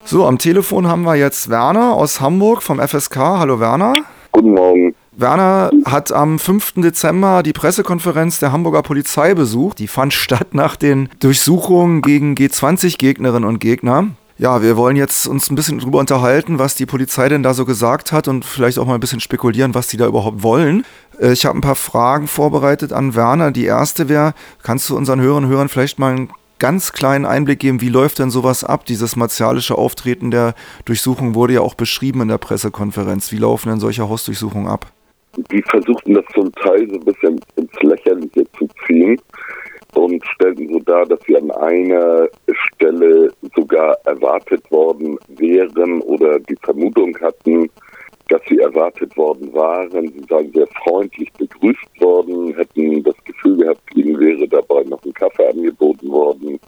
So, am Telefon haben wir jetzt Werner aus Hamburg vom FSK. Hallo Werner. Guten Morgen. Werner hat am 5. Dezember die Pressekonferenz der Hamburger Polizei besucht. Die fand statt nach den Durchsuchungen gegen G20-Gegnerinnen und Gegner. Ja, wir wollen jetzt uns ein bisschen drüber unterhalten, was die Polizei denn da so gesagt hat und vielleicht auch mal ein bisschen spekulieren, was die da überhaupt wollen. Ich habe ein paar Fragen vorbereitet an Werner. Die erste wäre, kannst du unseren Hörerinnen und Hörern vielleicht mal einen ganz kleinen Einblick geben, wie läuft denn sowas ab? Dieses martialische Auftreten der Durchsuchung wurde ja auch beschrieben in der Pressekonferenz. Wie laufen denn solche Hausdurchsuchungen ab? Die versuchten das zum Teil so ein bisschen ins Lächerliche zu ziehen und stellten so dar, dass sie an einer Stelle sogar erwartet worden wären oder die Vermutung hatten, dass sie erwartet worden waren. Sie seien sehr freundlich begrüßt worden, hätten das Gefühl gehabt, ihnen wäre dabei noch ein Kaffee angeboten worden.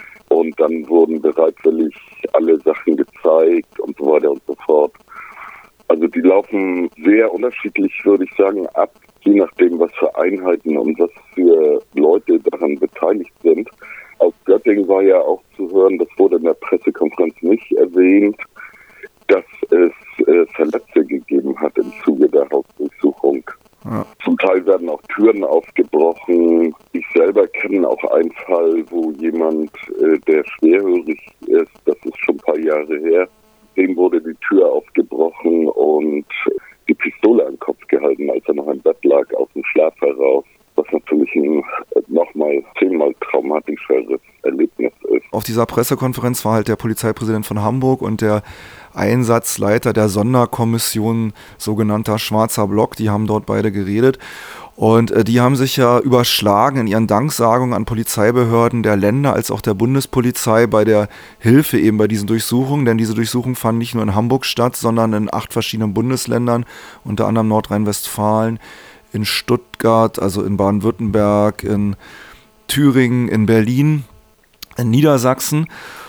Und dann wurden bereitwillig alle Sachen gezeigt und so weiter und so fort. Also die laufen sehr unterschiedlich, würde ich sagen, ab, je nachdem, was für Einheiten und was für Leute daran beteiligt sind. Aus Göttingen war ja auch zu hören, das wurde in der Pressekonferenz nicht erwähnt, dass es Verletzte gegeben hat im Zuge der Hausdurchsuchung. Ja. Zum Teil werden auch Türen aufgebrochen. Ich selber kenne auch einen Fall, wo jemand, der schwerhörig ist, das ist schon ein paar Jahre her, dem wurde die Tür aufgebrochen und die Pistole an den Kopf gehalten, als er noch im Bett lag, aus dem Schlaf heraus. Was natürlich ein nochmal 10-mal traumatischeres Erlebnis ist. Auf dieser Pressekonferenz war halt der Polizeipräsident von Hamburg und der Einsatzleiter der Sonderkommission, sogenannter Schwarzer Block, die haben dort beide geredet. Und die haben sich ja überschlagen in ihren Danksagungen an Polizeibehörden der Länder als auch der Bundespolizei bei der Hilfe eben bei diesen Durchsuchungen. Denn diese Durchsuchungen fanden nicht nur in Hamburg statt, sondern in 8 verschiedenen Bundesländern, unter anderem Nordrhein-Westfalen, in Stuttgart, also in Baden-Württemberg, in Thüringen, in Berlin, in Niedersachsen.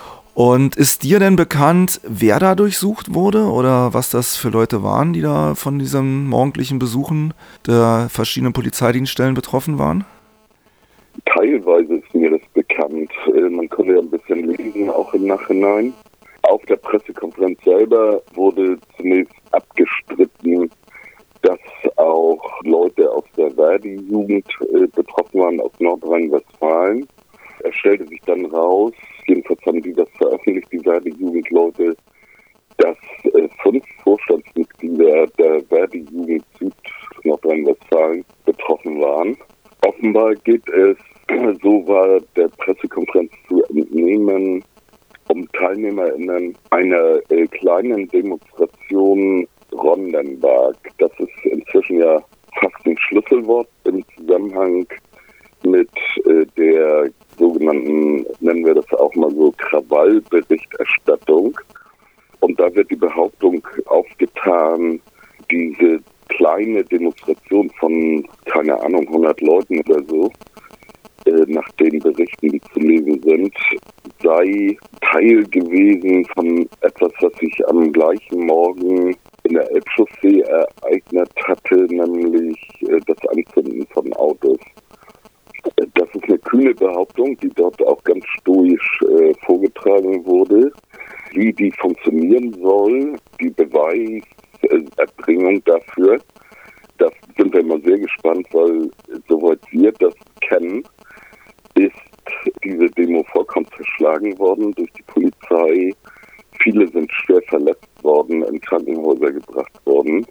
Und ist dir denn bekannt, wer da durchsucht wurde oder was das für Leute waren, die da von diesen morgendlichen Besuchen der verschiedenen Polizeidienststellen betroffen waren? Teilweise ist mir das bekannt. Man konnte ja ein bisschen lesen, auch im Nachhinein. Auf der Pressekonferenz selber wurde zunächst abgestritten, dass auch Leute aus der Verdi-Jugend betroffen waren, aus Nordrhein-Westfalen. Es stellte sich dann raus, jedenfalls haben die das veröffentlicht, die Verdi-Jugendleute, dass 5 Vorstandsmitglieder der Verdi-Jugend Süd Nordrhein-Westfalen betroffen waren. Offenbar geht es, so war der Pressekonferenz zu entnehmen, um TeilnehmerInnen einer kleinen Demonstration Rondenberg. Das ist inzwischen ja fast ein Schlüsselwort im Zusammenhang mit der sogenannten, nennen wir das auch mal so, Krawallberichterstattung. Und da wird die Behauptung aufgetan, diese kleine Demonstration von, keine Ahnung, 100 Leuten oder so, nach den Berichten, die zu lesen sind, sei Teil gewesen von etwas, was sich am gleichen Morgen in der Elbchaussee ereignet hatte, nämlich das Anzünden von Autos. Das ist eine kühne Behauptung, die dort auch ganz stoisch vorgetragen wurde. Wie die funktionieren soll, die Beweiserbringung dafür, da sind wir mal sehr gespannt, weil soweit wir das kennen, ist diese Demo vollkommen zerschlagen worden durch die Polizei. Viele sind schwer verletzt worden, in Krankenhäuser gebracht worden.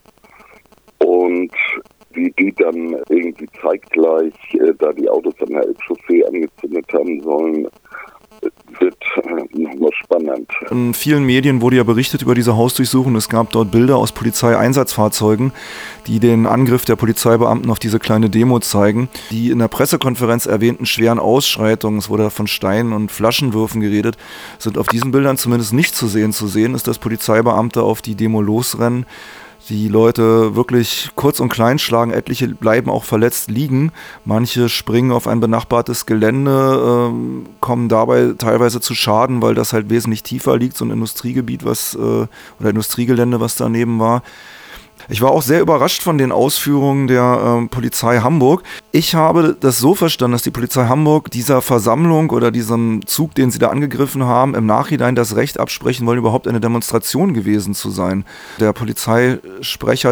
Und wie die dann irgendwie zeitgleich, da die Autos an der Elbchaussee angezündet haben sollen, wird nochmal spannend. In vielen Medien wurde ja berichtet über diese Hausdurchsuchung. Es gab dort Bilder aus Polizeieinsatzfahrzeugen, die den Angriff der Polizeibeamten auf diese kleine Demo zeigen. Die in der Pressekonferenz erwähnten schweren Ausschreitungen, es wurde von Steinen und Flaschenwürfen geredet, sind auf diesen Bildern zumindest nicht zu sehen. Zu sehen ist, dass Polizeibeamte auf die Demo losrennen, die Leute wirklich kurz und klein schlagen, etliche bleiben auch verletzt liegen, manche springen auf ein benachbartes Gelände, kommen dabei teilweise zu Schaden, weil das halt wesentlich tiefer liegt, so ein Industriegebiet, oder Industriegelände, was daneben war. Ich war auch sehr überrascht von den Ausführungen der Polizei Hamburg. Ich habe das so verstanden, dass die Polizei Hamburg dieser Versammlung oder diesem Zug, den sie da angegriffen haben, im Nachhinein das Recht absprechen wollen, überhaupt eine Demonstration gewesen zu sein. Der Polizeisprecher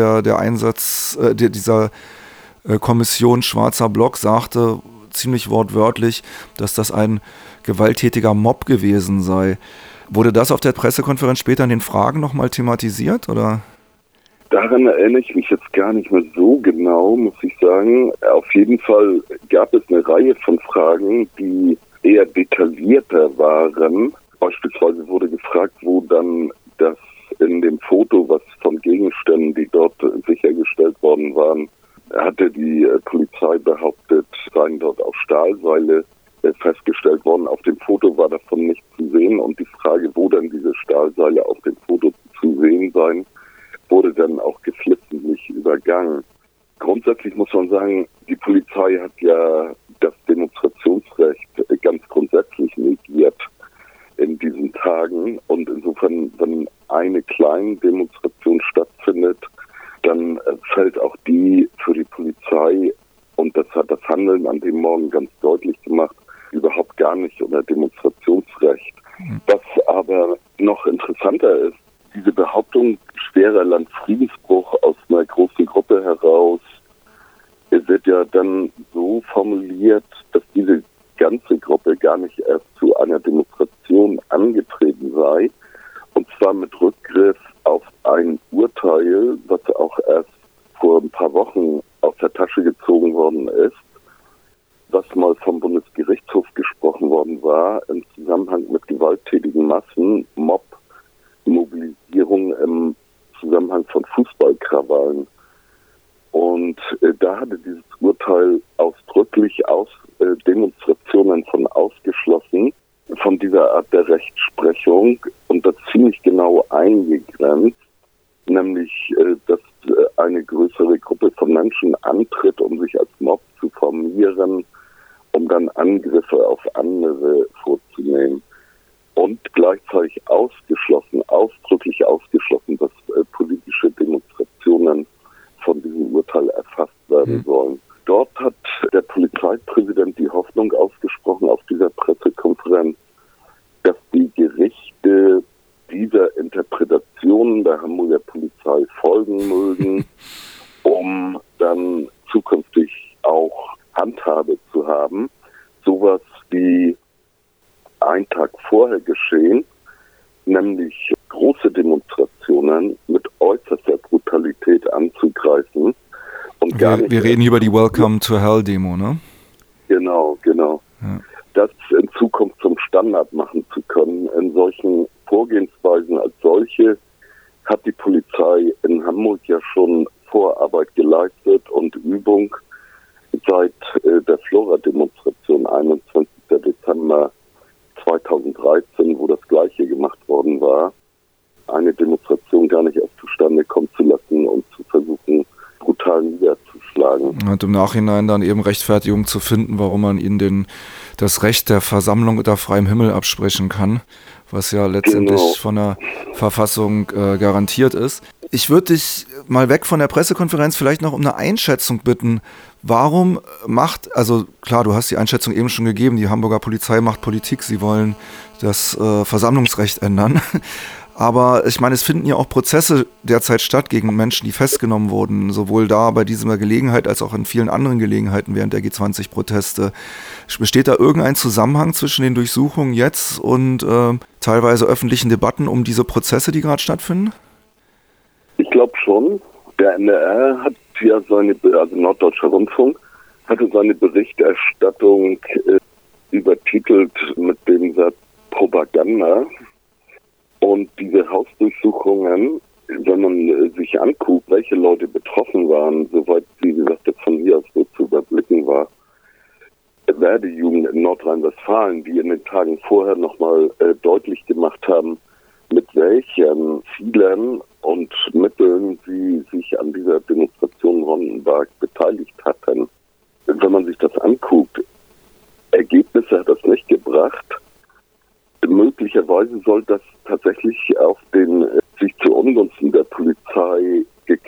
dieser Kommission Schwarzer Block sagte ziemlich wortwörtlich, dass das ein gewalttätiger Mob gewesen sei. Wurde das auf der Pressekonferenz später in den Fragen nochmal thematisiert, oder? Daran erinnere ich mich jetzt gar nicht mehr so genau, muss ich sagen. Auf jeden Fall gab es eine Reihe von Fragen, die eher detaillierter waren. Beispielsweise wurde gefragt, wo dann das in dem Foto, was von Gegenständen, die dort sichergestellt worden waren, hatte die Polizei behauptet, seien dort auf Stahlseile festgestellt worden. Auf dem Foto war davon nichts zu sehen und die Frage, wo dann diese Stahlseile auf dem Foto zu sehen seien, wurde dann auch geflissentlich übergangen. Grundsätzlich muss man sagen, die Polizei hat ja das Demonstrationsrecht ganz grundsätzlich negiert in diesen Tagen. Und insofern, wenn eine kleine Demonstration stattfindet, dann fällt auch die für die Polizei, und das hat das Handeln an dem Morgen ganz deutlich gemacht, überhaupt gar nicht unter Demonstrationsrecht. Was aber noch interessanter ist, diese Behauptung, schwerer Landfriedensbruch aus einer großen Gruppe heraus, wird ja dann so formuliert, dass diese ganze Gruppe gar nicht erst zu einer Demonstration angetreten sei. Und zwar mit Rückgriff auf ein Urteil, was auch erst vor ein paar Wochen aus der Tasche gezogen worden ist, was mal vom Bundesgerichtshof gesprochen worden war, im Zusammenhang mit gewalttätigen Massen, Mob-Mobilisierung im Zusammenhang von Fußballkrawallen. Und da hatte dieses Urteil ausdrücklich Demonstrationen von ausgeschlossen, von dieser Art der Rechtsprechung und das ziemlich genau eingegrenzt, nämlich, dass eine größere Gruppe von Menschen antritt, um sich als Mob zu formieren, um dann Angriffe auf andere vorzunehmen. Und gleichzeitig ausdrücklich ausgeschlossen, dass politische Demonstrationen von diesem Urteil erfasst werden sollen. Dort hat der Polizeipräsident die Hoffnung ausgesprochen auf dieser Pressekonferenz, dass die Gerichte dieser Interpretation der Hamburger Polizei folgen mögen, um dann zukünftig auch Handhabe zu haben. Sowas wie einen Tag vorher geschehen, nämlich große Demonstrationen mit äußerster Brutalität anzugreifen. Und wir reden hier über die Welcome to Hell Demo, ne? Genau. Ja. Das in Zukunft zum Standard machen zu können. In solchen Vorgehensweisen als solche hat die Polizei in Hamburg ja schon Vorarbeit geleistet und Übung seit der Flora-Demonstration 21. Dezember 2013, wo das Gleiche gemacht worden war, eine Demonstration gar nicht erst zustande kommen zu lassen und zu versuchen, brutal niederzuschlagen. Und im Nachhinein dann eben Rechtfertigung zu finden, warum man ihnen das Recht der Versammlung unter freiem Himmel absprechen kann, was ja letztendlich von der Verfassung garantiert ist. Ich würde dich mal weg von der Pressekonferenz vielleicht noch um eine Einschätzung bitten. Warum also klar, du hast die Einschätzung eben schon gegeben, die Hamburger Polizei macht Politik, sie wollen das Versammlungsrecht ändern. Aber ich meine, es finden ja auch Prozesse derzeit statt gegen Menschen, die festgenommen wurden, sowohl da bei dieser Gelegenheit als auch in vielen anderen Gelegenheiten während der G20-Proteste. Besteht da irgendein Zusammenhang zwischen den Durchsuchungen jetzt und teilweise öffentlichen Debatten um diese Prozesse, die gerade stattfinden? Ich glaube schon. Der NDR hat ja also Norddeutscher Rundfunk, hatte seine Berichterstattung übertitelt mit dem Satz Propaganda. Und diese Hausdurchsuchungen, wenn man sich anguckt, welche Leute betroffen waren, soweit, wie gesagt, jetzt von hier aus so zu überblicken war, Werdejugend in Nordrhein-Westfalen, die in den Tagen vorher nochmal deutlich gemacht haben, mit welchen Zielen und Mitteln sie sich an dieser Demonstration in Ronnenberg beteiligt hatten. Wenn man sich das anguckt, Ergebnisse hat das nicht gebracht. Möglicherweise soll das tatsächlich auf den sich zu Ungunsten der Polizei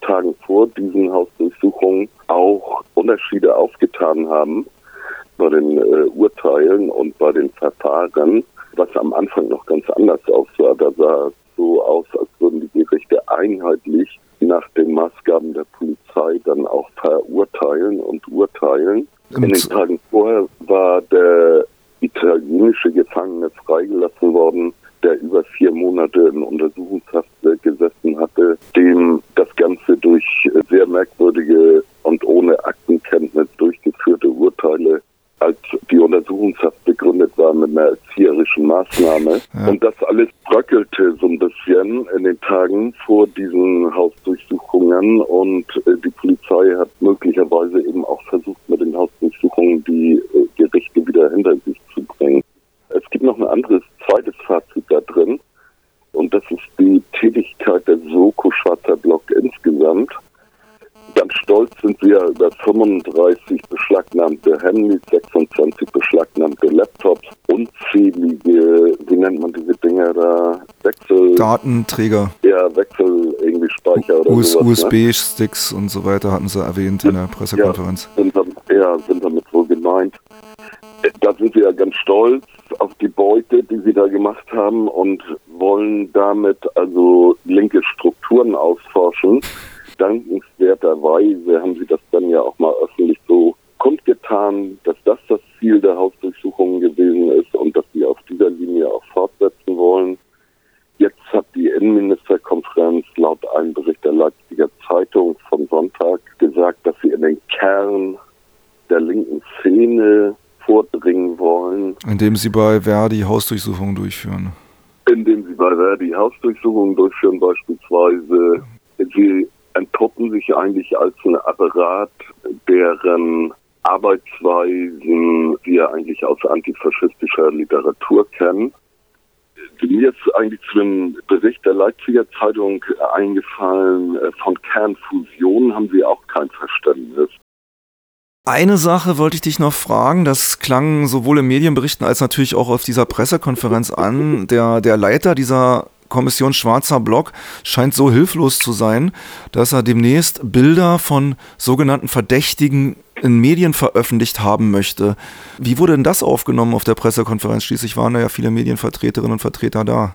Tagen vor diesen Hausdurchsuchungen auch Unterschiede aufgetan haben bei den Urteilen und bei den Verfahren, was am Anfang noch ganz anders aussah. Da sah es so aus, als würden die Gerichte einheitlich nach den Maßgaben der Polizei dann auch verurteilen und urteilen. In den Tagen vorher war der italienische Gefangene freigelassen worden, der über 4 Monate in Untersuchungshaft gesessen hatte, dem das Ganze durch sehr merkwürdige und ohne Aktenkenntnis durchgeführte Urteile als die Untersuchungshaft begründet war mit einer erzieherischen Maßnahme. Ja. Und das alles bröckelte so ein bisschen in den Tagen vor diesen Hausdurchsuchungen und die Polizei hat möglicherweise eben auch versucht, mit den Hausdurchsuchungen die Gerichte wieder hinter sich zu bringen. Es gibt noch ein anderes zweites Fazit da drin und das ist die Tätigkeit der Soko Schwarzer Block insgesamt. Ganz stolz sind wir über 35 beschlagnahmte Handys, 26 beschlagnahmte Laptops, unzählige, wie nennt man diese Dinger da, Datenträger. Ja, irgendwie Speicher oder sowas. USB-Sticks und so weiter hatten sie erwähnt in der Pressekonferenz. Ja, sind damit wohl gemeint. Da sind wir ja ganz stolz auf die Beute, die sie da gemacht haben und wollen damit also linke Strukturen ausforschen. Dankenswerterweise haben sie das dann ja auch mal öffentlich so kundgetan, dass das Ziel der Hausdurchsuchungen gewesen ist und dass sie auf dieser Linie auch fortsetzen wollen. Jetzt hat die Innenministerkonferenz laut einem Bericht der Leipziger Zeitung vom Sonntag gesagt, dass sie in den Kern der linken Szene vordringen wollen. Indem sie bei Verdi Hausdurchsuchungen durchführen. Beispielsweise. Sie entpuppen sich eigentlich als ein Apparat, deren Arbeitsweisen wir eigentlich aus antifaschistischer Literatur kennen. Mir ist eigentlich zu dem Bericht der Leipziger Zeitung eingefallen, von Kernfusion haben sie auch kein Verständnis. Eine Sache wollte ich dich noch fragen, das klang sowohl in Medienberichten als natürlich auch auf dieser Pressekonferenz an. Der Leiter dieser Kommission Schwarzer Block scheint so hilflos zu sein, dass er demnächst Bilder von sogenannten Verdächtigen in Medien veröffentlicht haben möchte. Wie wurde denn das aufgenommen auf der Pressekonferenz? Schließlich waren da ja viele Medienvertreterinnen und Vertreter da.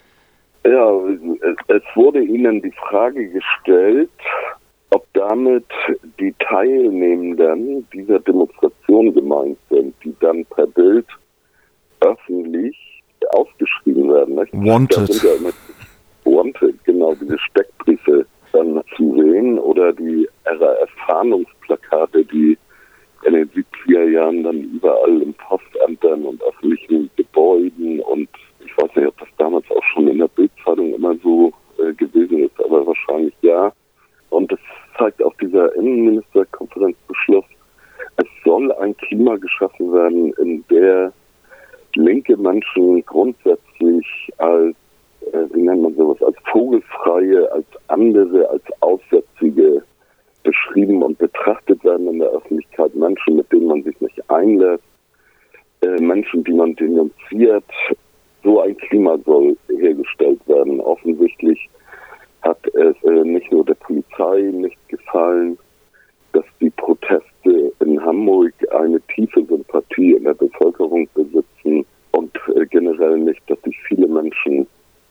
Ja, es wurde ihnen die Frage gestellt, ob damit die Teilnehmenden dieser Demonstration gemeint sind, die dann per Bild öffentlich ausgeschrieben werden. Nicht? Wanted. Da sind ja immer Wanted, genau, diese Steckbriefe dann zu sehen oder die RAF-Fahndungsplakate, die in den 70er Jahren dann überall in Postämtern und öffentlichen Gebäuden und ich weiß nicht, ob das damals auch schon in der Bildzeitung immer so gewesen ist, aber wahrscheinlich ja. Und es zeigt auch dieser Innenministerkonferenzbeschluss, es soll ein Klima geschaffen werden, in der linke Menschen grundsätzlich als, wie nennt man sowas, als Vogelfreie, als andere, als Aussätzige beschrieben und betrachtet werden in der Öffentlichkeit. Menschen, mit denen man sich nicht einlässt, Menschen, die man denunziert. So ein Klima soll hergestellt werden. Offensichtlich hat es nicht nur der Polizei nicht gefallen, dass die Proteste in Hamburg eine tiefe Sympathie in der Bevölkerung besitzen und generell nicht, dass sich viele Menschen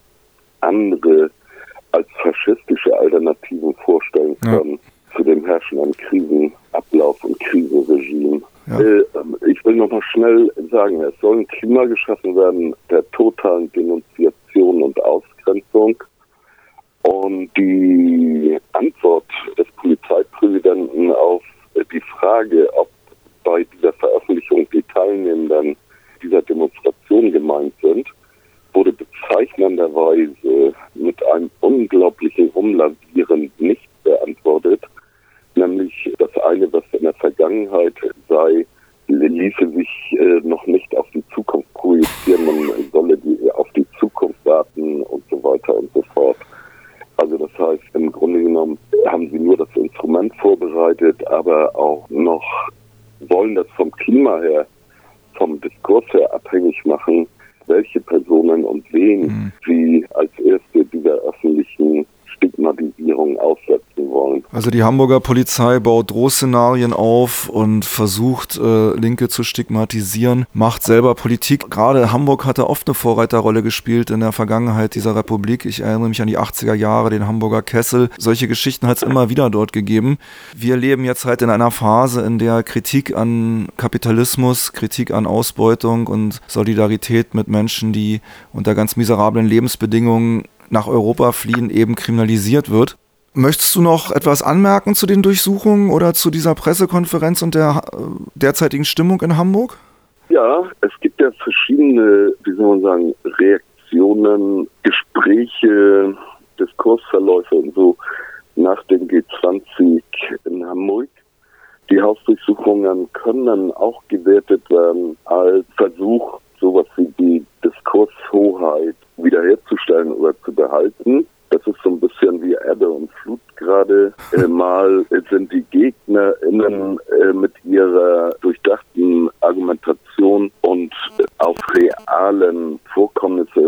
andere als faschistische Alternativen vorstellen können zu dem herrschenden Krisenablauf und Krisenregime. Ja. Ich will nochmal schnell sagen, es soll ein Klima geschaffen werden der totalen Denunziation und Ausgrenzung. Und die Antwort des Polizeipräsidenten auf die Frage, ob bei dieser Veröffentlichung die Teilnehmenden dieser Demonstration gemeint sind, wurde bezeichnenderweise mit einem unglaublichen Rumlavieren nicht beantwortet. Nämlich das eine, was in der Vergangenheit sei, ließe sich noch nicht auf die Zukunft projizieren, man solle auf die Zukunft warten und so weiter und so fort. Also das heißt, im Grunde genommen haben sie nur das Instrument vorbereitet, aber auch noch wollen das vom Klima her, vom Diskurs her abhängig machen, welche Personen und wen sie als erste dieser öffentlichen Stigmatisierung aussetzen. wollen. Also die Hamburger Polizei baut Drohszenarien auf und versucht, Linke zu stigmatisieren, macht selber Politik. Gerade Hamburg hatte oft eine Vorreiterrolle gespielt in der Vergangenheit dieser Republik. Ich erinnere mich an die 80er Jahre, den Hamburger Kessel. Solche Geschichten hat es immer wieder dort gegeben. Wir leben jetzt halt in einer Phase, in der Kritik an Kapitalismus, Kritik an Ausbeutung und Solidarität mit Menschen, die unter ganz miserablen Lebensbedingungen nach Europa fliehen, eben kriminalisiert wird. Möchtest du noch etwas anmerken zu den Durchsuchungen oder zu dieser Pressekonferenz und der derzeitigen Stimmung in Hamburg? Ja, es gibt ja verschiedene, wie soll man sagen, Reaktionen, Gespräche, Diskursverläufe und so nach dem G20 in Hamburg. Die Hausdurchsuchungen können auch gewertet werden als Versuch, sowas wie die Diskurshoheit wiederherzustellen oder zu behalten. Das ist so ein bisschen wie Ebbe und Flut gerade. Mal sind die GegnerInnen mit ihrer durchdachten Argumentation und auf realen Vorkommnissen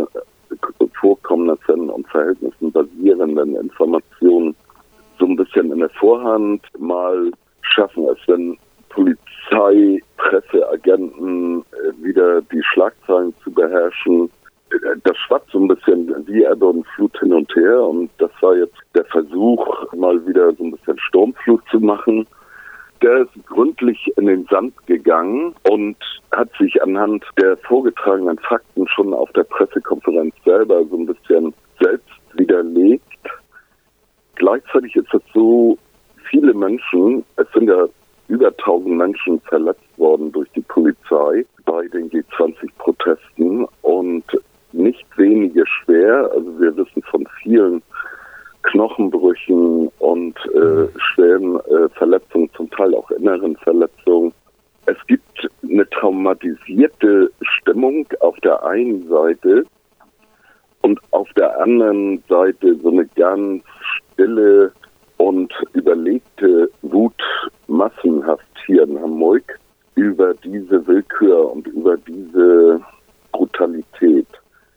und Verhältnissen basierenden Informationen so ein bisschen in der Vorhand. Mal schaffen es, wenn Polizei, Presseagenten wieder die Schlagzeilen zu beherrschen. Das schwappt so ein bisschen wie Ebbe und Flut hin und her und das war jetzt der Versuch, mal wieder so ein bisschen Sturmflut zu machen. Der ist gründlich in den Sand gegangen und hat sich anhand der vorgetragenen Fakten schon auf der Pressekonferenz selber so ein bisschen selbst widerlegt. Gleichzeitig ist es so, viele Menschen, es sind ja über 1000 Menschen verletzt worden durch die Polizei bei den G20-Protesten und nicht wenige schwer. Also wir wissen von vielen Knochenbrüchen und schweren Verletzungen, zum Teil auch inneren Verletzungen. Es gibt eine traumatisierte Stimmung auf der einen Seite und auf der anderen Seite so eine ganz stille und überlegte Wut massenhaft hier in Hamburg über diese Willkür und über diese Brutalität.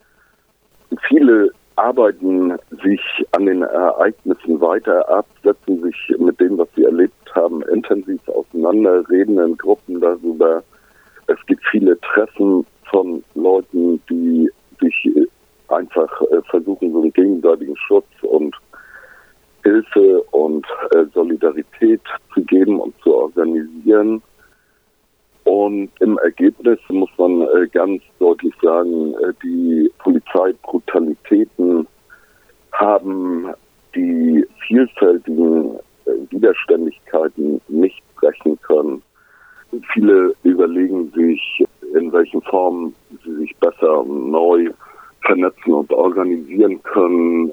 Viele arbeiten sich an den Ereignissen weiter ab, setzen sich mit dem, was sie erlebt haben, intensiv auseinander, reden in Gruppen darüber. Es gibt viele Treffen von Leuten, die sich einfach versuchen, so einen gegenseitigen Schutz und Hilfe und Solidarität zu geben und zu organisieren. Und im Ergebnis muss man ganz deutlich sagen, die Polizeibrutalitäten haben die vielfältigen Widerständigkeiten nicht brechen können. Viele überlegen sich, in welchen Formen sie sich besser neu vernetzen und organisieren können,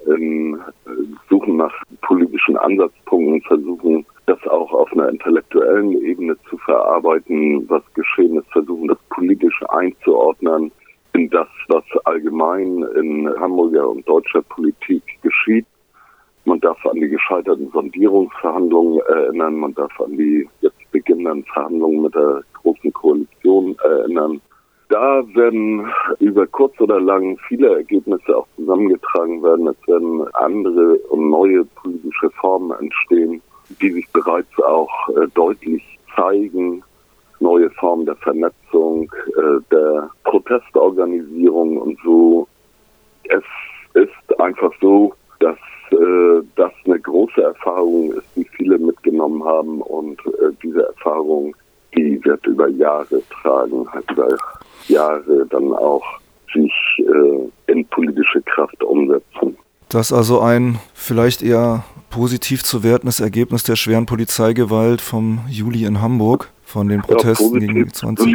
suchen nach politischen Ansatzpunkten, versuchen das auch auf einer intellektuellen Ebene zu verarbeiten, was geschehen ist, versuchen das politisch einzuordnen in das, was allgemein in Hamburger und deutscher Politik geschieht. Man darf an die gescheiterten Sondierungsverhandlungen erinnern, man darf an die jetzt beginnenden Verhandlungen mit der Großen Koalition erinnern. Da werden über kurz oder lang viele Ergebnisse auch zusammengetragen werden. Es werden andere und neue politische Formen entstehen, die sich bereits auch deutlich zeigen. Neue Formen der Vernetzung, der Protestorganisierung und so. Es ist einfach so, dass das eine große Erfahrung ist, die viele mitgenommen haben und diese Erfahrung, die wird über Jahre tragen, halt über Jahre dann auch sich in politische Kraft umsetzen. Das ist also ein vielleicht eher positiv zu wertendes Ergebnis der schweren Polizeigewalt vom Juli in Hamburg, von den Protesten gegen die 20.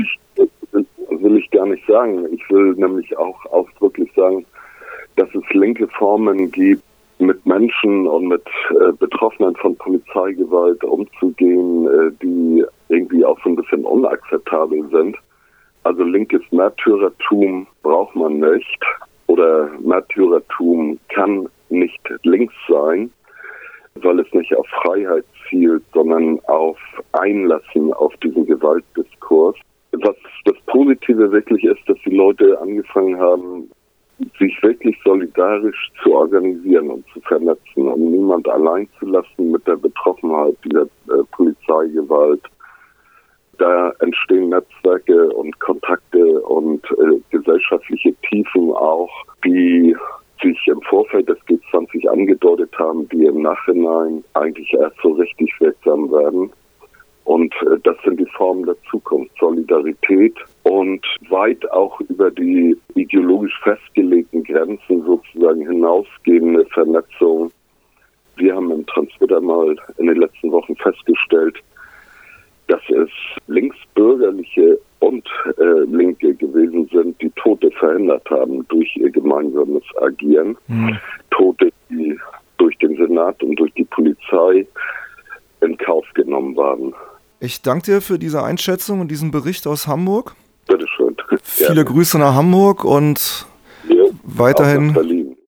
Will ich gar nicht sagen. Ich will nämlich auch ausdrücklich sagen, dass es linke Formen gibt, mit Menschen und mit Betroffenen von Polizeigewalt umzugehen, die irgendwie auch so ein bisschen unakzeptabel sind. Also linkes Märtyrertum braucht man nicht oder Märtyrertum kann nicht links sein, weil es nicht auf Freiheit zielt, sondern auf Einlassen auf diesen Gewaltdiskurs. Was das Positive wirklich ist, dass die Leute angefangen haben, sich wirklich solidarisch zu organisieren und zu vernetzen und niemand allein zu lassen mit der Betroffenheit dieser Polizeigewalt. Da entstehen Netzwerke und Kontakte und gesellschaftliche Tiefen auch, die sich im Vorfeld des G20 angedeutet haben, die im Nachhinein eigentlich erst so richtig wirksam werden. Und das sind die Formen der Zukunft, Solidarität und weit auch über die ideologisch festgelegten Grenzen sozusagen hinausgehende Vernetzung. Wir haben im Transmitter mal in den letzten Wochen festgestellt, dass es linksbürgerliche und Linke gewesen sind, die Tote verhindert haben durch ihr gemeinsames Agieren. Tote, die durch den Senat und durch die Polizei in Kauf genommen waren. Ich danke dir für diese Einschätzung und diesen Bericht aus Hamburg. Bitteschön. Viele Grüße nach Hamburg und weiterhin